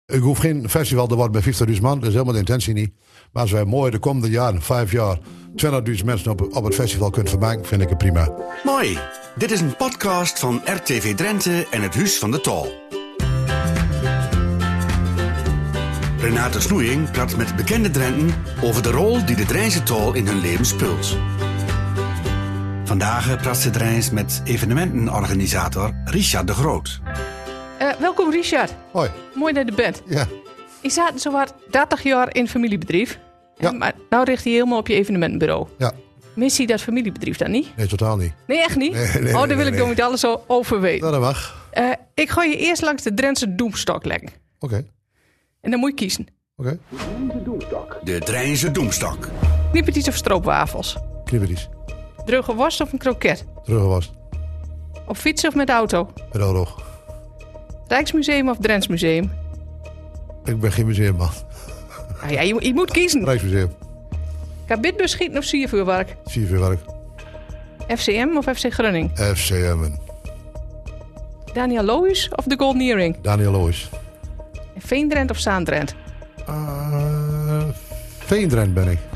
Ik hoef geen festival te worden bij 50.000 man. Dat is helemaal de intentie niet. Maar als wij mooi de komende jaren, 5 jaar... 20.000 mensen op het festival kunnen vermaken, vind ik het prima. Mooi. Dit is een podcast van RTV Drenthe en het Huis van de Tol. Renate Snoeijing praat met bekende Drenten over de rol die de Drijnse Tol in hun leven speelt. Vandaag praat ze Drijns met evenementenorganisator Richard de Groot. Welkom Richard. Hoi. Mooi dat je er bent. Ja. Je zat zowat 30 jaar in familiebedrijf. Ja. Maar nou richt je helemaal op je evenementenbureau. Ja. Mis je dat familiebedrijf dan niet? Nee, totaal niet. Nee, echt niet? Nee, daar wil ik nee. dan niet alles over weten. Nou, dat mag. Ik ga je eerst langs de Drentse Doemstok leggen. Oké. En dan moet je kiezen. Oké. De Drijnse Doemstok. Knippetjes of stroopwafels? Knippertjes. Droge worst of een kroket? Terug was. Op fietsen of met de auto? Met de oorlog. Rijksmuseum of Drents Museum? Ik ben geen museumman. Ah ja, je moet kiezen. Rijksmuseum. Kabitbus schieten of siervuurwerk? Zie je veel werk. FCM of FC Groningen? FCM. Daniel Lohuis of de Golden Earring? Daniel Loos. Veendrent of Zaandrent? Veendrent ben ik.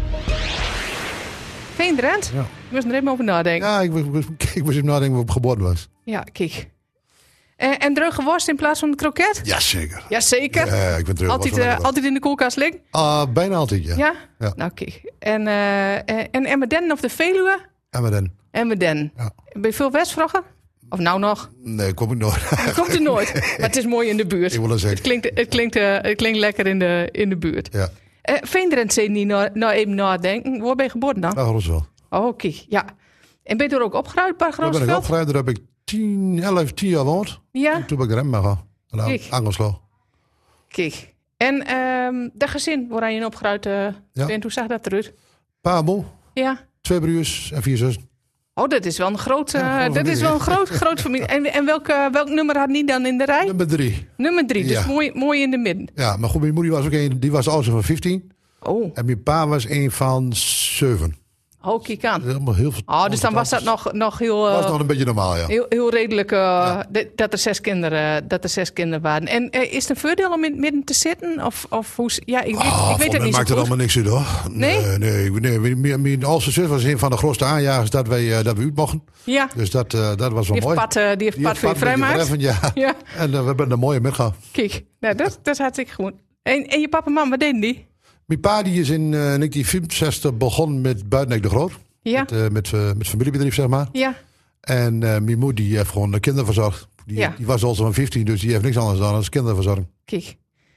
Veendrent? Ja. Je moest er even over nadenken. Ja, ik moest even nadenken waar ik geboren was. Ja, kijk. En droge worst in plaats van een kroket? Jazeker. Jazeker. Ja, ik ben terug. Altijd in de koelkast liggen? Bijna altijd, ja. Ja? Ja. Nou, kijk. En Emmerden of de Veluwe? Emmerden. Emmerden. Ja. Ben je veel Westvragen? Of nou nog? Nee, kom ik nooit. Je komt er nooit. Maar het is mooi in de buurt. Ik wil dat zeggen. Het klinkt lekker in de buurt. Ja, Veendrent zei niet nou even nadenken. Waar ben je geboren dan? dat was wel. Oh, kijk. Ja. En ben je er ook opgeruimd bij Daar ben ik Grooteveld? opgeleid, daar heb ik 10 jaar gewoond. Ja. Toen ben ik remmen gaan. Kijk. Angelslo. Kijk. En de gezin waar je in opgeruimd bent, hoe zag dat eruit? Pabo, Ja. 2 broers en 4 zussen. Oh, dat is wel een groot, grote dat is wel een groot familie. En welk nummer had niet dan in de rij? Nummer 3. Nummer 3, dus Ja. mooi in de midden. Ja, maar goed, mijn moeder was ook die was oudste van 15. Oh, En mijn pa was een van 7. kijk aan. Helemaal heel veel. Oh, dus dan was dat nog heel, was nog een beetje normaal, ja. heel redelijk dat er 6 kinderen waren. En is het een voordeel om in het midden te zitten? Of hoe? Ja, ik weet het niet zo maakt er goed. allemaal niks uit, hoor. Nee? Nee. Mijn oudste zus was een van de grootste aanjagers dat we uit mochten. Ja, Dus dat was wel mooi. die heeft pad voor je vrijmaakt. Ja. Ja, En we hebben er mooi in metgaan. kijk. Nou, dat is hartstikke goed. En je papa en mama, wat deden die? Mijn pa die is in 1964 begonnen met Buitenek de Groot. Ja, Met familiebedrijf, zeg maar. ja. En mijn moeder die heeft gewoon de kinderen verzorgd. Die was al zo'n 15, dus die heeft niks anders dan als kinderverzorging. Kijk.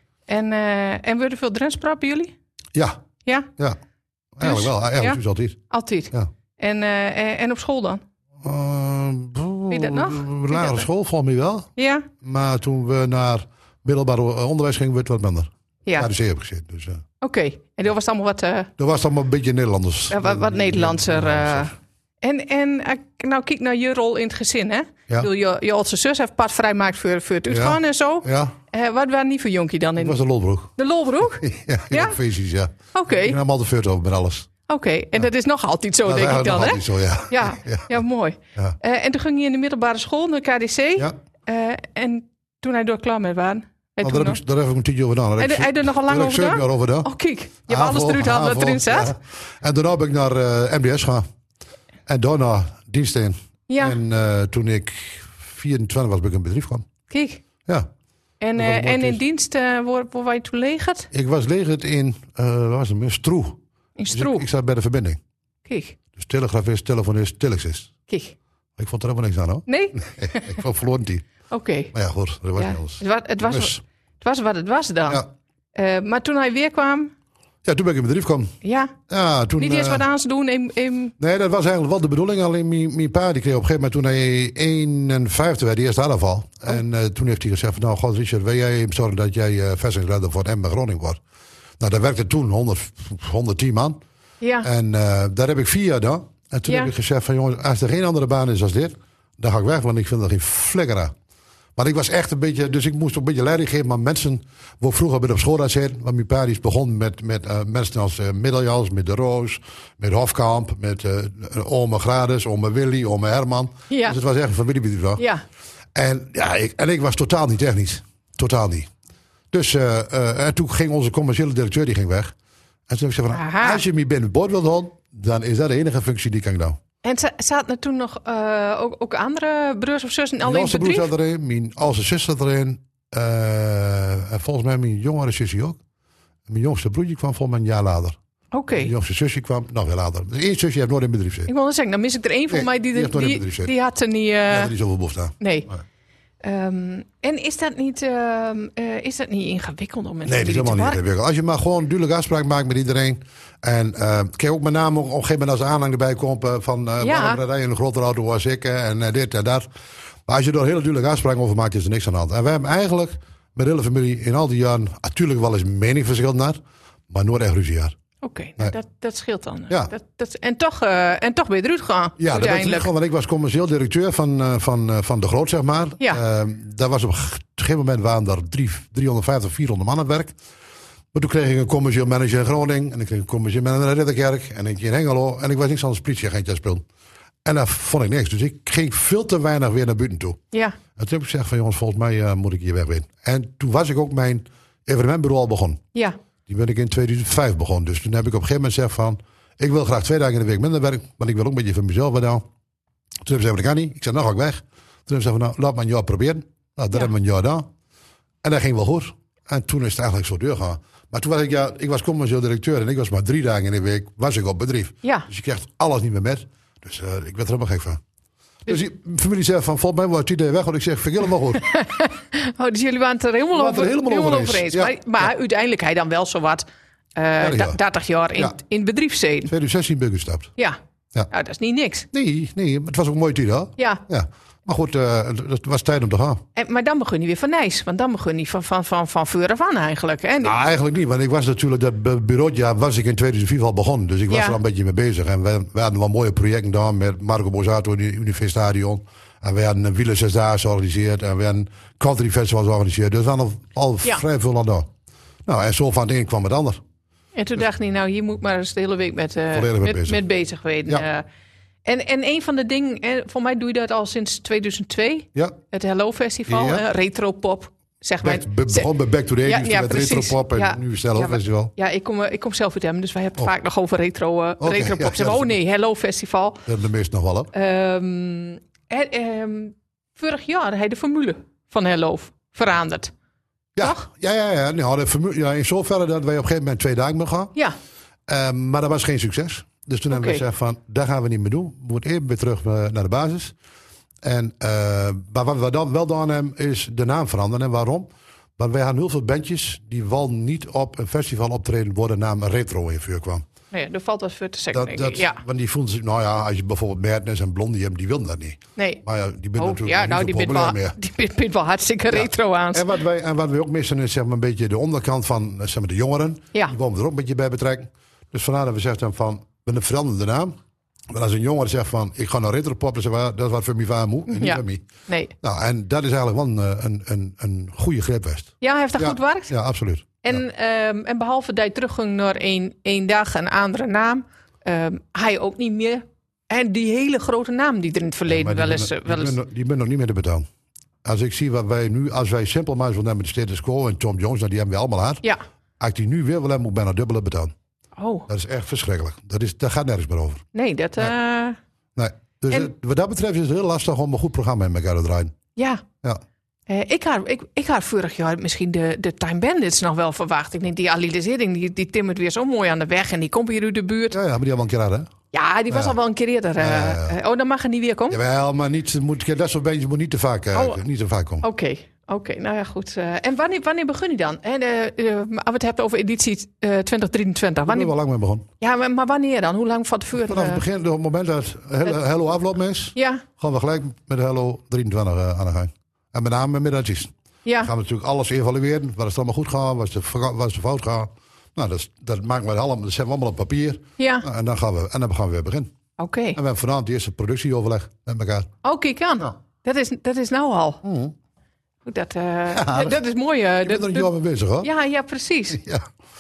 En worden veel Drents praten bij jullie? Ja, Ja, eigenlijk wel. Eigenlijk ja? dus altijd. altijd. Ja. En op school dan? Weet je dat nog? Lagere school volgens mij wel. Ja? Maar toen we naar middelbaar onderwijs gingen, werd het wat minder. Ja. Ja, de zee heb ik gezien. Dus, Oké. En dat was allemaal wat dat was allemaal een beetje Nederlanders. wat Nederlandser. En nou kijk naar je rol in het gezin, hè? Ja. Ik bedoel, je oudste zus heeft pad vrijgemaakt voor het uitgaan en zo. Ja, Wat waren die voor jonkie dan? ik was een lolbroek. De lolbroek? Ja, Ja? feestjes, ja. Oké. Ik nam altijd veurt over met alles. Oké. En dat is nog altijd zo, Dat is denk ik dan, hè? eigenlijk nog altijd zo, ja. Ja, mooi. Ja. En toen ging je in de middelbare school, naar KDC. Ja. En toen hij door klaar met waren. Nou, daar heb ik een tientje over gedaan. Heb je er nog al lang over gedaan? Daar over gedaan. Oh, kijk. Je hebt alles eruit halen wat erin zat. Ja. En daarna ben ik naar MBS gegaan. En daarna dienst in. Ja, En toen ik 24 was, ben ik in bedrijf kwam. kijk. Ja. En Dat was mooi in kies. dienst, waar was je toen legerd? Ik was legerd in, waar was het? Stroe. In Dus Stroe. ik zat bij de verbinding. Kijk, Dus telegrafist, telefonist, telexist. kijk. Ik vond er helemaal niks aan, hoor. Nee? Ik vond verloren die. Oké. Maar ja, goed, dat was Ja. niet alles. Het was wat het was dan. Ja. Maar toen hij weer kwam, Ja, toen ben ik in bedrijf kwam. ja, Ja, toen, niet eerst wat aan te doen. Nee, dat was eigenlijk wel de bedoeling. Alleen mijn pa die kreeg op een gegeven moment toen hij 51 werd, die eerste aanval. En toen heeft hij gezegd van, nou god Richard, wil jij zorgen dat jij vestigingsleider voor Emmen Groningen wordt? Nou, dat werkte toen 110 man. Ja, En daar heb ik 4 jaar gedaan. En toen Ja. heb ik gezegd van, jongens, als er geen andere baan is als dit, dan ga ik weg, want ik vind er geen flikker aan. Maar ik was echt een beetje, dus ik moest ook een beetje leiding geven aan mensen waar ik vroeger bij op school had zitten. Want mijn pa is begonnen met mensen als Middeljans, met De Roos, met Hofkamp, met ome Grades, ome Willy, ome Herman. Ja. Dus het was echt een familiebedrijf. ja. En ja, ik was totaal niet technisch. Totaal niet. Dus en toen ging onze commerciële directeur die ging weg. En toen heb ik gezegd van, als je me binnen boord wilt houden, dan is dat de enige functie die ik kan doen. En zaten er toen nog ook andere broers of zussen alleen Mijn bedrijf? broer zat erin, mijn oudste zus zat erin. En volgens mij mijn jongere zusje ook. En mijn jongste broertje kwam volgens mij een jaar later. Oké. Mijn jongste zusje kwam nog weer later. Dus één zusje heeft nooit in bedrijf Ik zitten. wilde zeggen, dan mis ik er één voor Nee, mij die heeft nooit in bedrijf zitten. die had er niet... Die had er niet zoveel behoefte aan. Nee. En is dat niet ingewikkeld om met Nee, dat is helemaal niet ingewikkeld. Als je maar gewoon duidelijk afspraak maakt met iedereen. En kijk ook met name op een gegeven moment als de aanhang erbij komt van waarom rij je een grotere auto als ik en dit en dat. Maar als je er een hele duidelijke afspraak over maakt, is er niks aan de hand. En wij hebben eigenlijk met de hele familie in al die jaren natuurlijk wel eens meningsverschil naar, maar nooit echt ruzie gehad. Oké, Nee. dat scheelt dan. Ja. En toch ben je eruit gegaan, Ja, dat uiteindelijk. was, want ik was commercieel directeur van de Groot, zeg maar. Ja. Daar was op een gegeven moment waren er 350, 400 man aan het werk. Maar toen kreeg ik een commercieel manager in Groningen. En ik kreeg een commercieel manager in Ridderkerk. En eentje in Hengelo. En ik was niks anders politieagentje aan het spelen. En daar vond ik niks. Dus ik ging veel te weinig weer naar buiten toe. Ja, En toen heb ik gezegd van jongens, volgens mij moet ik hier weg weer. En toen was ik ook mijn evenementbureau al begonnen. ja. Die ben ik in 2005 begonnen. Dus toen heb ik op een gegeven moment gezegd van, ik wil graag 2 dagen in de week minder werken. Want ik wil ook een beetje van mezelf wat doen. Toen hebben ze gezegd, dat kan niet. Ik zei, nou ga ik weg. Toen hebben ze gezegd, nou, laat maar een jaar proberen. Nou, dat hebben we een jaar gedaan. En dat ging wel goed. En toen is het eigenlijk zo doorgegaan. Maar toen was ik was commercieel directeur. En ik was maar 3 dagen in de week was ik op bedrijf. Ja. Dus je krijgt alles niet meer met. Dus ik werd er helemaal gek van. Dus die familie zei van, volgens mij wordt het idee weg. Want ik zeg, vind ik helemaal goed. Oh, dus jullie waren het er helemaal over eens. Ja. Maar uiteindelijk hij dan wel zo wat 30 jaar in het bedrijf zijn. 2016 ben ik gestapt. Ja. Ja. Nou, dat is niet niks. Nee, maar het was ook een mooie tijd hoor. Ja. Ja. Maar goed, het was tijd om te gaan. Maar dan begon je weer van Nijs. Want dan begon je van vuur af aan eigenlijk. Hè? Nou, eigenlijk niet. Want ik was natuurlijk, dat bureaujaar was ik in 2004 al begonnen. Dus ik was er al een beetje mee bezig. En we hadden wel mooie projecten gedaan met Marco Borsato in het Universiteitsstadion. En we hadden een wielen 6-dagen georganiseerd. En we hadden country festivals georganiseerd. Dus we hadden al vrij veel aan gedaan. Nou, en zo van het een kwam het ander. En toen dacht hij, nou, hier moet ik maar eens de hele week met bezig weten. Ja. En een van de dingen, voor mij doe je dat al sinds 2002. Ja. Het Hello Festival, Ja. Retropop. Zeg maar. Begon bij Back to the 80's met precies. Retropop en nu is het Hello Festival. Ja, ik kom zelf uit hem, dus wij hebben het vaak nog over Retropop. Ja, Oh nee, Hello Festival. Dat hebben de meesten nog wel op. Vorig jaar had hij de formule van Hello veranderd. Ja, Toch? ja. Nou, in zoverre dat wij op een gegeven moment 2 dagen meer gaan. Ja, Maar dat was geen succes. Dus toen hebben we gezegd van, dat gaan we niet meer doen. We moeten even weer terug naar de basis. En maar wat we dan wel gedaan hebben, is de naam veranderen. En waarom? Want wij hadden heel veel bandjes die wel niet op een festival optreden worden naam Retro in vuur kwam. nee, er valt wat voor te zeggen, denk ik. Ja. Want die voelden zich, nou ja, als je bijvoorbeeld Madness en Blondie hebt, die wilden dat niet. Nee. Maar ja, die bent natuurlijk ja, niet zo populair meer. die bent wel hartstikke retro aan. En wat wij ook missen is zeg maar, een beetje de onderkant van zeg maar, de jongeren. Ja. Die willen we er ook een beetje bij betrekken. Dus vandaar dat we zeggen van, we veranderen de naam. Maar als een jongere zegt van, ik ga naar retropop, dan zeggen we, dat is wat voor mij van moe en niet voor mij. Nee. Nou, en dat is eigenlijk wel een goede greep geweest. Ja, hij heeft dat goed gewerkt. Ja, absoluut. En behalve dat hij terugging naar één dag, een andere naam, hij ook niet meer. En die hele grote naam die er in het verleden wel eens... Die ben nog niet meer te betalen. Als ik zie wat wij nu, als wij Simple Minds wil nemen, de Status Quo en Tom Jones, nou, die hebben we allemaal gehad. Ja. Als ik die nu weer wil hebben, moet ik bijna dubbele betalen. Oh. Dat is echt verschrikkelijk. Dat gaat nergens meer over. Nee, dat... Nee. Dus wat dat betreft is het heel lastig om een goed programma in elkaar te draaien. Ja. Ja. Ik had vorig jaar misschien de Time Bandits nog wel verwacht. Ik denk, die alilisering, die timmert weer zo mooi aan de weg. En die komt hier uit de buurt. Ja, maar die al een keer hadden. Ja, die was al wel een keer eerder. Oh, dan mag hij niet weer komen? Jawel, maar dat soort bandjes moet niet te vaak komen. Oké, nou ja, goed. En wanneer begon je dan? En, als we het hebben over editie 2023. Ik ben wel lang mee begonnen. Ja, maar wanneer dan? Hoe lang van tevoren? Vanaf het begin, op het moment dat Hello afloop is, gaan we gelijk met Hello 23 aan de gang. En met name met artiesten. Ja. Gaan we natuurlijk alles evalueren. Wat is allemaal goed gaan, wat is er fout gaan. Nou, dat maken we allemaal, dat zetten we allemaal op papier. Ja. Nou, en dan gaan we weer beginnen. Oké. En we hebben vanavond het eerste productieoverleg met elkaar. Oké, kan. Ja. Dat is nou al. Mm. Dat is mooi. Je bent er een jaar mee bezig, hoor. Ja, precies. Ja.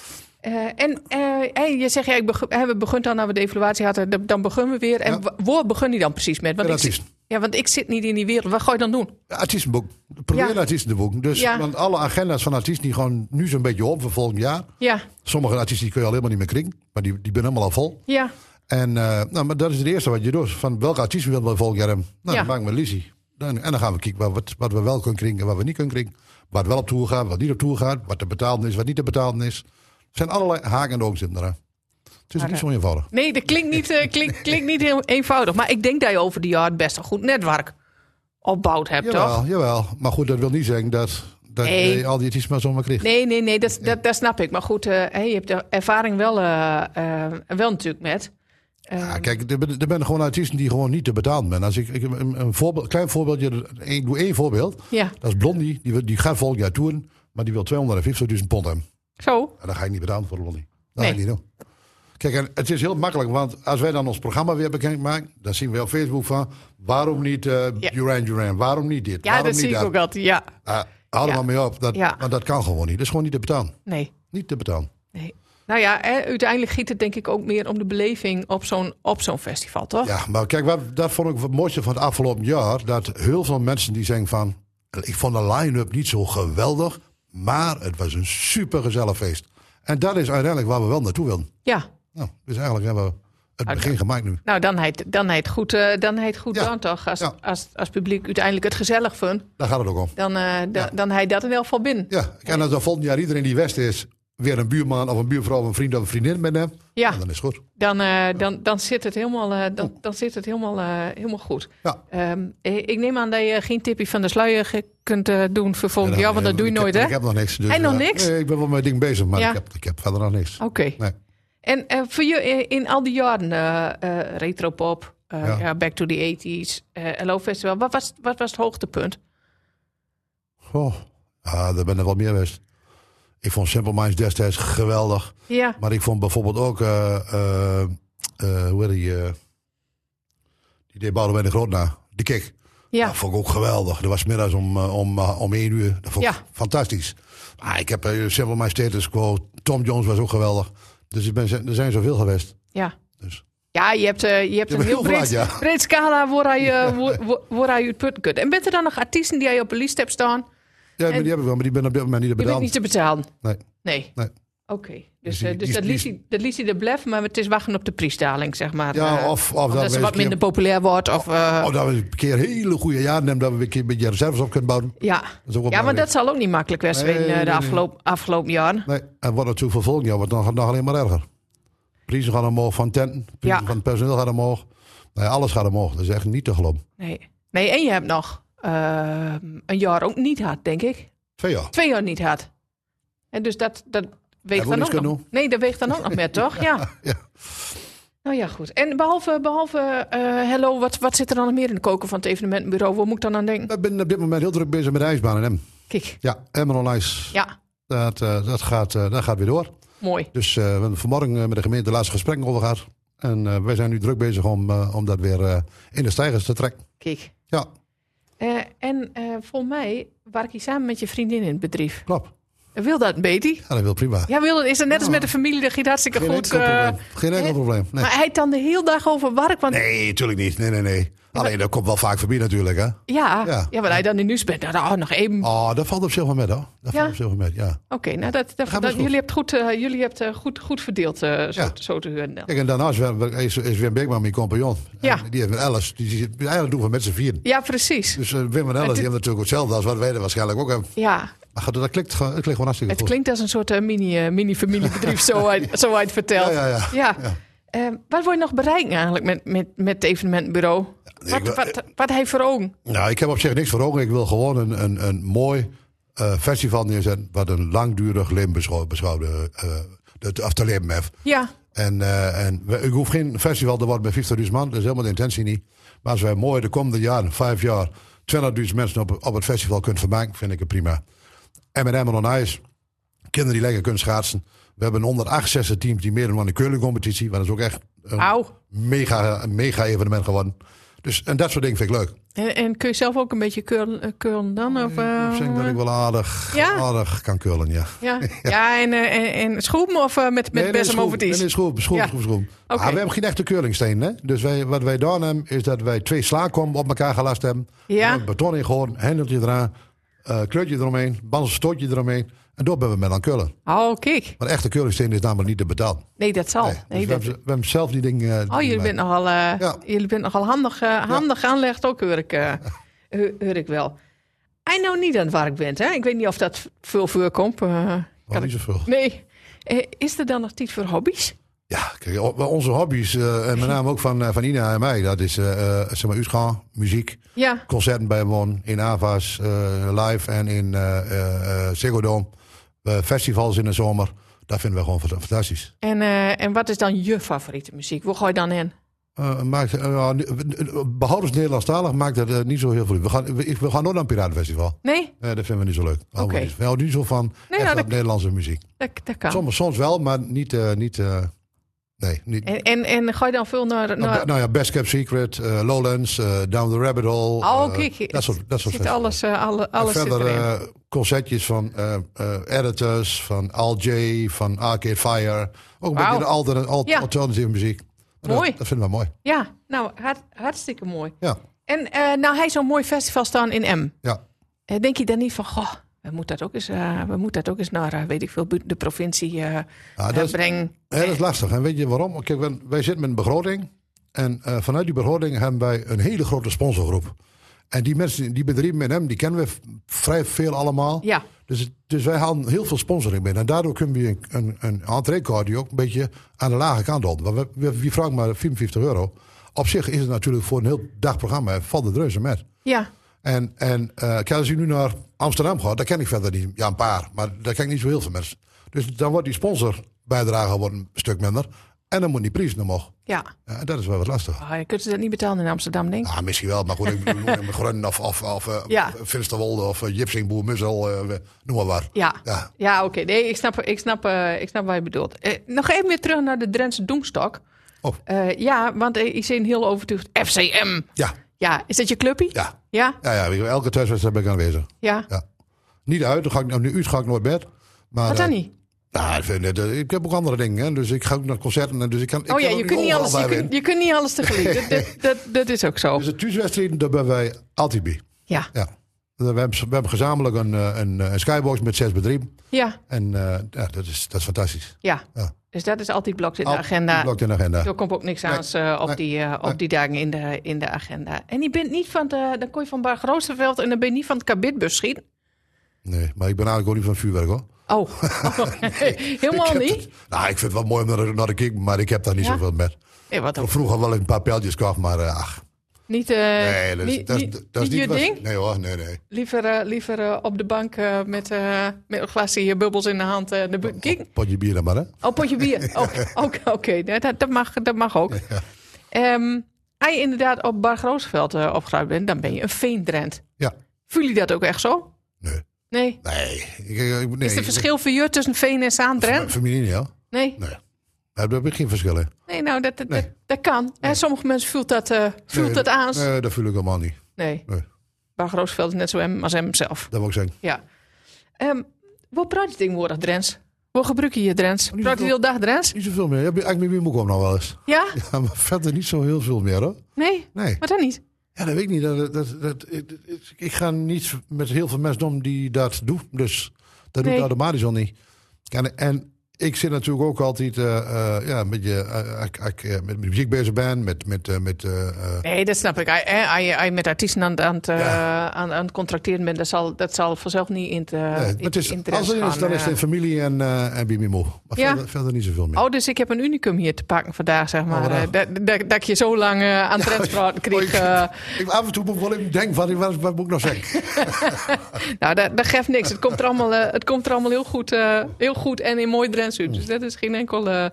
En je zegt, we begonnen dan, na we de evaluatie hadden, dan beginnen we weer. En waar begon je dan precies met? Want Ja, want ik zit niet in die wereld. Wat ga je dan doen? Ja, artiestenboek. Probeer Ja. artiestenboek. Dus, Ja. want alle agenda's van artiesten die gaan nu zo'n beetje op voor volgend jaar. Ja, Sommige artiesten die kun je al helemaal niet meer krijgen. Maar die zijn helemaal al vol. ja, En maar dat is het eerste wat je doet. Van welke artiesten willen we volgend jaar hebben? Nou, Ja. dan maken we een lisie. En dan gaan we kijken wat we wel kunnen krijgen en wat we niet kunnen krijgen. Wat wel op tour gaat, wat niet op tour gaat. Wat te betalen is, wat niet te betalen is. Er zijn allerlei haken en ogen zitten eraan. Het is Maar, niet zo eenvoudig. nee, dat klinkt niet, klinkt niet heel eenvoudig. Maar ik denk dat je over die jaren best een goed netwerk opbouwd hebt, toch? Jawel. Maar goed, dat wil niet zeggen dat Nee. je al die artiesten maar zomaar krijgt. Nee, dat snap ik. Maar goed, je hebt de ervaring wel natuurlijk met. Ja, kijk, er zijn gewoon artiesten die gewoon niet te betalen zijn. Als ik een klein voorbeeldje, ik doe één voorbeeld. Ja, Dat is Blondie, die gaat volgend jaar toeren, maar die wil 250.000 pond hebben. zo. En dan ga ik niet betalen voor Blondie. Dat Nee. ga ik niet doen. Kijk, en het is heel makkelijk, want als wij dan ons programma weer bekend maken, dan zien we op Facebook van, waarom niet Duran, waarom niet dit, Ja, waarom dat niet zie ik dat. ook altijd. Ja, Hou er Ja. maar mee op, Ja. want dat kan gewoon niet. Dat is gewoon niet te betalen. nee. Niet te betalen. Nee. Nou ja, uiteindelijk giet het denk ik ook meer om de beleving op zo'n festival, toch? Ja, maar kijk, dat vond ik het mooiste van het afgelopen jaar. Dat heel veel mensen die zeggen van, ik vond de line-up niet zo geweldig, maar het was een super gezellig feest. En dat is uiteindelijk waar we wel naartoe willen. Ja. Nou, dus eigenlijk hebben we het begin gemaakt nu. Nou, dan heet het goed Ja. dan toch? Ja. Als publiek uiteindelijk het gezellig vindt, Daar gaat het ook om. dan heet dat in elk geval binnen. Ja, en als er volgend jaar iedereen die West is, weer een buurman of een buurvrouw of een vriend of een vriendin met hem, Ja. dan is het goed. Dan zit het helemaal goed. Ja. Ik neem aan dat je geen tipje van de sluier kunt doen voor volgend jaar, want dat doe je nooit, hè? Ik heb nog niks. Dus, Heb je nog niks? Nee, ik ben wel met mijn ding bezig, maar Ja. ik heb verder nog niks. Oké. Nee. En voor je in al die jaren retropop, Back to the 80s, Hello Festival, wat was het hoogtepunt? Oh, daar ben er wel meer geweest. Ik vond Simple Minds destijds geweldig. Ja, Maar ik vond bijvoorbeeld ook, hoe heet die deed Boudewijn de Groot na, de Kik. ja, Dat vond ik ook geweldig. Dat was middags om 1 uur. Dat vond ik Ja. fantastisch. Maar ik heb Simple Minds status quo. Tom Jones was ook geweldig. Dus er zijn zoveel geweest. ja. Dus. Ja, je hebt een bent heel heel breed, vaak, ja. breed scala waar hij het putten kunt. En bent er dan nog artiesten die jij op een lijst hebt staan? Ja, maar die heb ik wel, maar die ben op dit moment niet te Die ben ik betalen. niet te betalen? Nee. Nee. Nee. Oké. Dus Dus, die- dat liet hij er blef, maar het is wachten op de prijsdaling, zeg maar. Ja, of dat we ze eens wat een minder keer- populair wordt. Of, Of dat we een keer hele goede jaren hebben, dat we een keer een beetje reserves op kunnen bouwen. ja, is ook wel maar belangrijk. dat zal ook niet makkelijk zijn Nee, de nee. afgelopen jaren. Nee, en wat natuurlijk voor volgend jaar wordt nog alleen maar erger. Prijzen gaan omhoog van tenten, prijzen Ja. van het personeel gaat omhoog. Nou ja, alles gaat omhoog. Dat is echt niet te geloven. Nee, en je hebt nog een jaar ook niet gehad, denk ik. 2 jaar. 2 jaar niet gehad. En dus dat weegt we dan niks ook nog. kunnen doen? Nee, dat weegt dan ook nog met, toch? Ja. Ja. Nou ja, goed. En behalve Hello, wat zit er dan nog meer in de koker van het evenementenbureau? Waar moet ik dan aan denken? We zijn op dit moment heel druk bezig met de ijsbaan in Emmen. Kijk, Ja, Emmen on Ice. ja, Dat gaat weer door. mooi. Dus we hebben vanmorgen met de gemeente de laatste gesprekken over gehad. En wij zijn nu druk bezig om dat weer in de stijgers te trekken. Kijk. Ja, En volgens mij werk je samen met je vriendin in het bedrijf. klopt. Wil dat een beetje? Ja, dat wil prima. Ja, is het net als met de familie, dat gaat hartstikke Geen goed. enkel probleem. Geen enkel probleem. Nee. Maar hij dan de hele dag over werk. Want Nee, natuurlijk niet. Nee. Alleen, dat komt wel vaak voorbij natuurlijk, hè. ja, maar hij dan in nieuws bent. Nou, nog even. Oh, dat valt op zich wel met, hoor. Dat Ja? valt op zich wel met, ja. Oké, nou Gaat best goed. jullie hebt goed verdeeld, zo te horen. Kijk, en daarnaast is Wim Beekman mijn compagnon. Ja. En die heeft met Alice. Eigenlijk doen we met z'n vieren. Ja, precies. Dus Wim en Alice die hebben natuurlijk hetzelfde als wat wij er waarschijnlijk ook hebben. Ja, Maar dat klinkt gewoon hartstikke het goed. klinkt als een soort mini-familiebedrijf, zo hij het vertelt. Ja. Wat wil je nog bereiken eigenlijk met het evenementenbureau? Wat heeft voor ogen? Nou, ik heb op zich niks voor ogen. Ik wil gewoon een mooi festival neerzetten. Wat een langdurig leven beschouwde. Of te leven heeft. Ja, Ik hoef geen festival te worden met 50.000 man. Dat is helemaal de intentie niet. Maar als wij mooi de komende jaren, 5 jaar, 200.000 mensen op het festival kunnen vermaken, vind ik het prima. En met Emmen on Ice, kinderen die lekker kunnen schaatsen. We hebben een 168 teams die meedoen aan de curlingcompetitie. Dat is ook echt een mega evenement geworden. Dus, en dat soort dingen vind ik leuk. En kun je zelf ook een beetje curlen dan? Of, Ik denk dat ik wel aardig kan curlen, ja. Ja, en schroeven of met bezem over het is? Nee, schroeven. Okay. We hebben geen echte curlingsteen, hè. Dus wat wij gedaan hebben, is dat wij 2 slaakkommen op elkaar gelast hebben. Ja. Beton in gewoon, hendeltje eraan, kleurtje eromheen, stootje eromeen. En door hebben we met aan curlen. Oh, kijk. Maar echte curlingsteen is namelijk niet te betalen. Nee, dat zal. Nee, dus we hebben zelf die dingen... jullie bent nogal handig aanlegd ook, hoor ik wel. Hij nou niet aan het werk bent, hè? Ik weet niet of dat veel voorkomt. Niet zoveel. Nee. Is er dan nog tijd voor hobby's? Ja, kijk, onze hobby's, en met name ook van Ina en mij, dat is zeg maar uitgaan, muziek, concerten bijwonen in Ava's, live en in Ziggo Dome, festivals in de zomer. Dat vinden we gewoon fantastisch. En wat is dan je favoriete muziek? Waar ga je dan in? Behoudens Nederlandstalig maakt het niet zo heel veel. We gaan nooit naar een piratenfestival. Nee? Dat vinden we niet zo leuk. Okay. We houden niet zo van Nederlandse muziek. Dat kan. Soms wel, maar niet... Nee, niet. En ga je dan veel naar... Nou ja, Best Kept Secret, Lowlands, Down the Rabbit Hole. Kijk. Dat soort alles verder concertjes van Editors, van Al J, van Arcade Fire. Ook een beetje alternatieve muziek. Mooi. Dat vinden we mooi. Ja, nou, hartstikke mooi. Ja. En nou, hij zo'n mooi festival staan in M. Ja. Denk je dan niet van, goh, we moeten dat ook eens naar, weet ik veel, de provincie brengen? Dat is lastig. En weet je waarom? Kijk, wij zitten met een begroting. En vanuit die begroting hebben wij een hele grote sponsorgroep. En die mensen, die bedrijven met hem, die kennen we vrij veel allemaal. Ja. Dus wij halen heel veel sponsoring binnen. En daardoor kunnen we een entreekaart die ook een beetje aan de lage kant houden. Want we vragen maar €54. Op zich is het natuurlijk voor een heel dagprogramma, valt het reuze met. Ja. En als u nu naar Amsterdam gaat, daar ken ik verder niet. Ja, een paar, maar daar ken ik niet zo heel veel mensen. Dus dan wordt die sponsorbijdrage een stuk minder. En dan moet die prijs omhoog. Ja. En dat is wel wat lastig. Je kunt ze dat niet betalen in Amsterdam, denk ik. Ja, misschien wel. Maar goed, ik bedoel, in Grunnen of Finsterwolde of Jipsingboer, Mussel, noem maar wat. Ja, oké. Nee, ik snap wat je bedoelt. Nog even weer terug naar de Drentse Doemstok. Oh. Want ik zie een heel overtuigd FCM. Ja. Ja, is dat je clubje? Ja. Ja? Ja, elke thuiswedstrijd ben ik aanwezig. Ja. Niet uit, dan ga ik, nu ga ik nooit bed. Maar, wat dan niet? Nou, ik heb ook andere dingen. Hè. Dus ik ga ook naar concerten. Dus je kunt niet alles tegelijk. Dat is ook zo. Dus de thuiswedstrijden, daar ben wij altijd bij. Ja. We hebben gezamenlijk een skybox met 6 bedrijven. Ja. En dat is fantastisch. Ja. Dus dat is altijd blokt in de agenda. Er komt ook niks aan op die dagen in de agenda. En je bent niet van dan kon je van Bar Groosterveld en dan ben je niet van het kabitbus schieten. Nee, maar ik ben eigenlijk ook niet van vuurwerk, hoor. Oh, helemaal niet? Ik vind het wel mooi om naar te kijken, maar ik heb daar niet zoveel met. Nee, wat ook. Vroeger wel een paar pijltjes gekocht, maar ach. Niet, dat is niet je ding? Nee hoor, nee. Liever op de bank met een glasje bubbels in de hand. Potje bier dan maar, hè? Oh, potje bier. Oké. Dat mag ook. Ja. Als je inderdaad op Bar Grootsveld opgeruimd bent, dan ben je een Veendrent. Ja. Voel je dat ook echt zo? Nee. Is er verschil voor je tussen Veen en Zaandrent? Voor mij niet, ja. Nee. Daar heb ik geen verschil in. Nee, nou, dat kan. Nee. Sommige mensen voelt dat aan. Nee, dat voel ik helemaal niet. Nee. Bar Grootsveld is net zo hem als hem zelf. Dat wil ik zeggen. Ja. Wat praat je tegenwoordig, Drents? Hoe gebruik je Drents? Praat je de hele dag Drents? Niet zoveel meer. Eigenlijk met wie moet ik nog wel eens. Ja? Ja, maar verder niet zo heel veel meer, hoor. Nee? Wat dan niet? Ja, dat weet ik niet. Ik ga niet met heel veel mensen om die dat doen. Dus dat doe ik automatisch al niet. En ik zit natuurlijk ook altijd een beetje met muziek bezig ben. Nee, dat snap ik. Als je met artiesten aan het contracteren bent, dat zal vanzelf niet in het als er is, dan is het in familie en Bimimo. Maar verder niet zoveel meer. Oh, dus ik heb een unicum hier te pakken vandaag, zeg maar. Dat ik je zo lang aan Drents praten kreeg. Ik af en toe moet wel even denken van, wat moet ik nog zeggen? Nou, dat geeft niks. Het komt er allemaal heel goed en in mooi Drents uit. Dus dat is geen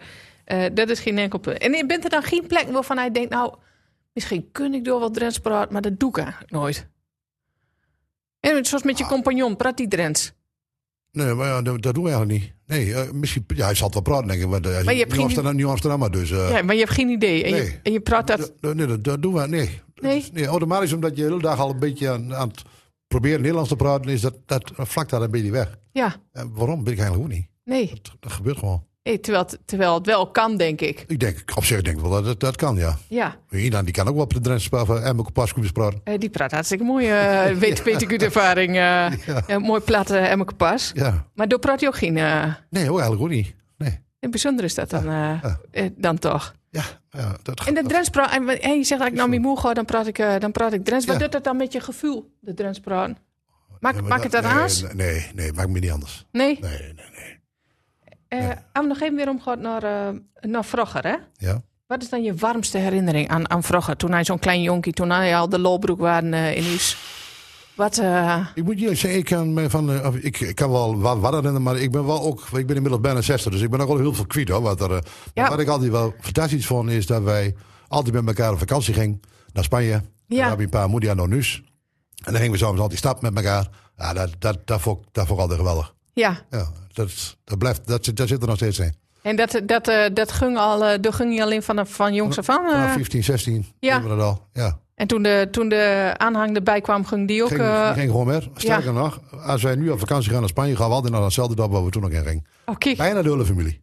enkel punt. En bent er dan geen plek waarvan hij denkt, nou, misschien kun ik door wat Drents praten, maar dat doe ik eigenlijk nooit. En zoals met je compagnon, praat die Drents? Nee, maar ja, dat doen we eigenlijk niet. Nee, misschien, ja, hij zal het wel praten, denk ik. Maar je hebt geen... Nieuw Amsterdam, dus... ja, maar je hebt geen idee. En je praat dat... Nee, dat doen we, nee. Automatisch, omdat je de hele dag al een beetje aan het proberen Nederlands te praten, is dat vlak daar een beetje weg. Ja. Waarom? Ben ik eigenlijk ook niet. Nee. Dat gebeurt gewoon. Nee, terwijl het wel kan, denk ik. Op zich denk ik wel dat dat kan, ja. Ja. Iedereen die kan ook wel op de Drentse spel van Emmeke Pas praten. Die praat hartstikke mooi. Weet ik uit ervaring. Mooi platte Emmeke Pas. Ja. Maar daar praat je ook geen... Nee, ook eigenlijk ook niet. Nee. En bijzonder is dat dan toch. Ja. En de Drents praten... En je zegt eigenlijk, mijn moe ga, dan praat ik Drents. Wat doet dat dan met je gevoel, de Drents praten? Maak het dat aans? Nee, maakt me niet anders. Nee? Nee. Gaan we nog even weer omgaan naar vroeger, hè? Ja. Wat is dan je warmste herinnering aan vroeger? Toen hij zo'n klein jonkie, toen hij al de lolbroek waren in huis. Wat... Ik moet jullie zeggen, ik kan wel wat herinneren, maar ik ben inmiddels bijna 60, dus ik ben ook al heel veel kwijt, hoor. Wat ik altijd wel fantastisch vond, is dat wij altijd met elkaar op vakantie gingen naar Spanje. Ja. We hebben een paar moeder naar huis. En dan gingen we soms altijd stap met elkaar. Ja, dat vond ik altijd geweldig. Ja. Dat zit er nog steeds in. En dat ging je alleen van jongs af aan? Vanaf 15, 16. Ja. We dat al. Ja. En toen de aanhang erbij kwam, ging die ook... Ging gewoon meer. Sterker nog, als wij nu op vakantie gaan naar Spanje, gaan we altijd naar hetzelfde dorp waar we toen nog in gingen. Okay. Bijna de hele familie.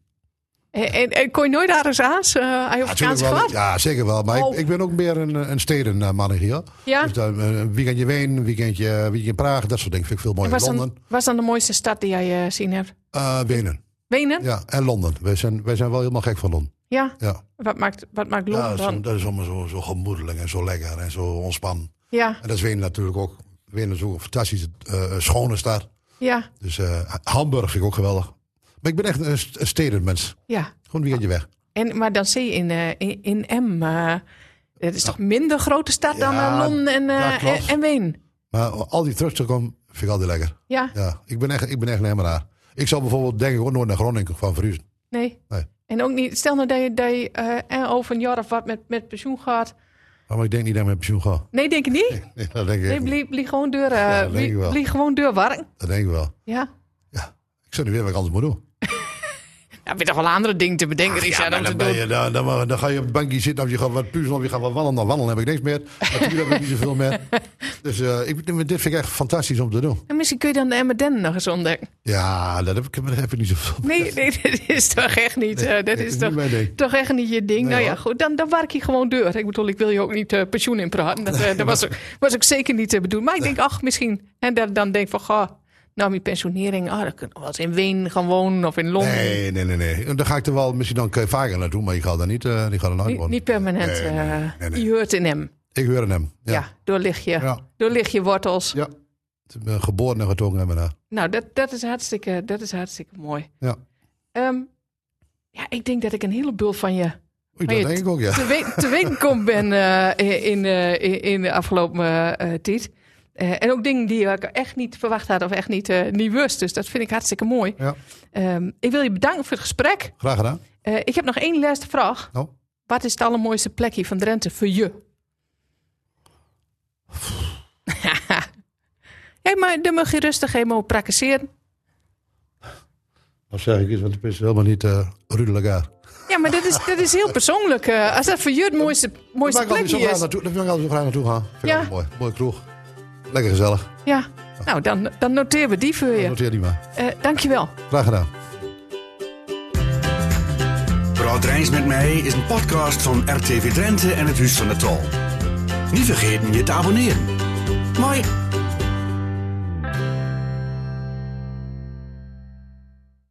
En kon je nooit daar eens aan? Hij op vakantie gehad? Ja, zeker wel. Maar ik ben ook meer een stedenman hier. Ja? Dus een weekendje Ween, een weekendje Praag, dat soort dingen vind ik veel mooier. Londen. Was dan de mooiste stad die jij gezien hebt? Wenen. Wenen? Ja, en Londen. Wij zijn wel helemaal gek van Londen. Ja? Ja. Wat maakt Londen dan? Dat is allemaal zo gemoedelijk en zo lekker en zo ontspannen. Ja. En dat is Wenen natuurlijk ook. Wenen is ook een fantastische, schone stad. Ja. Dus Hamburg vind ik ook geweldig. Maar ik ben echt een stedenmens. Ja. Gewoon een weekendje weg. Maar dan zie je in M... het is toch minder grote stad dan Londen en Wenen? Maar al die terug te komen vind ik altijd lekker. Ja. Ik ben echt een Emmenaar. Ik zou bijvoorbeeld denk ik ook nooit naar Groningen van verhuizen. Nee. En ook niet... Stel nou dat je over een jaar of wat met pensioen gaat... Maar ik denk niet dat ik met pensioen ga. Nee, denk je niet? Nee, dat denk ik niet. Blijf gewoon deur warm. Dat denk ik wel. Ja. Ja. Ik zou niet weten wat ik anders moet doen. Ja, heb je toch wel andere dingen te bedenken, Richard, om te doen? Dan ga je op een bankje zitten of je gaat wat puzzelen of je gaat wat wandelen. Dan wandelen heb ik niks meer. Natuurlijk heb ik niet zoveel meer. Dus dit vind ik echt fantastisch om te doen. En misschien kun je dan de Emmerden nog eens ontdekken. Ja, dat heb ik niet zoveel meer. Nee, dat is toch echt niet. Dat is toch echt niet je ding. Nee, nou ja, goed, dan werk je gewoon deur. Ik bedoel, ik wil je ook niet pensioen in praten. Dat was ook zeker niet te bedoelen. Maar ik denk, misschien. En dan denk ik van, goh. Nou, mijn pensionering, dan kunnen we wel eens in Wenen gaan wonen of in Londen. Nee. Dan ga ik er wel misschien dan vaker naartoe, maar ik ga daar niet nooit wonen. Niet permanent. Nee. Je hoort in hem. Ik hoor in hem. Ja, door lig je wortels. Ja, ik ben geboren en getogen hebben daar. Nou, dat is hartstikke mooi. Ja. Ik denk dat ik een heleboel van je... Dat denk ik ook, ja. Te weten kom ben in de afgelopen tijd. En ook dingen die ik echt niet verwacht had of echt niet wist. Dus dat vind ik hartstikke mooi. Ja. Ik wil je bedanken voor het gesprek. Graag gedaan. Ik heb nog één laatste vraag. Oh. Wat is het allermooiste plekje van Drenthe voor je? Ja, maar dan mag je rustig helemaal praktiseren. Dan zeg ik iets, want het is helemaal niet ruddelijk aan. Ja, maar dat is heel persoonlijk. Als dat voor je het mooiste plekje is. Daar wil ik altijd zo graag naartoe gaan. Vind ik mooi. Mooie kroeg. Lekker gezellig. Ja, nou dan noteren we die voor je. Noteer die maar. Dankjewel. Graag gedaan. Praat Rijns met mij is een podcast van RTV Drenthe en het Huis van de Tol. Niet vergeten je te abonneren. Mooi.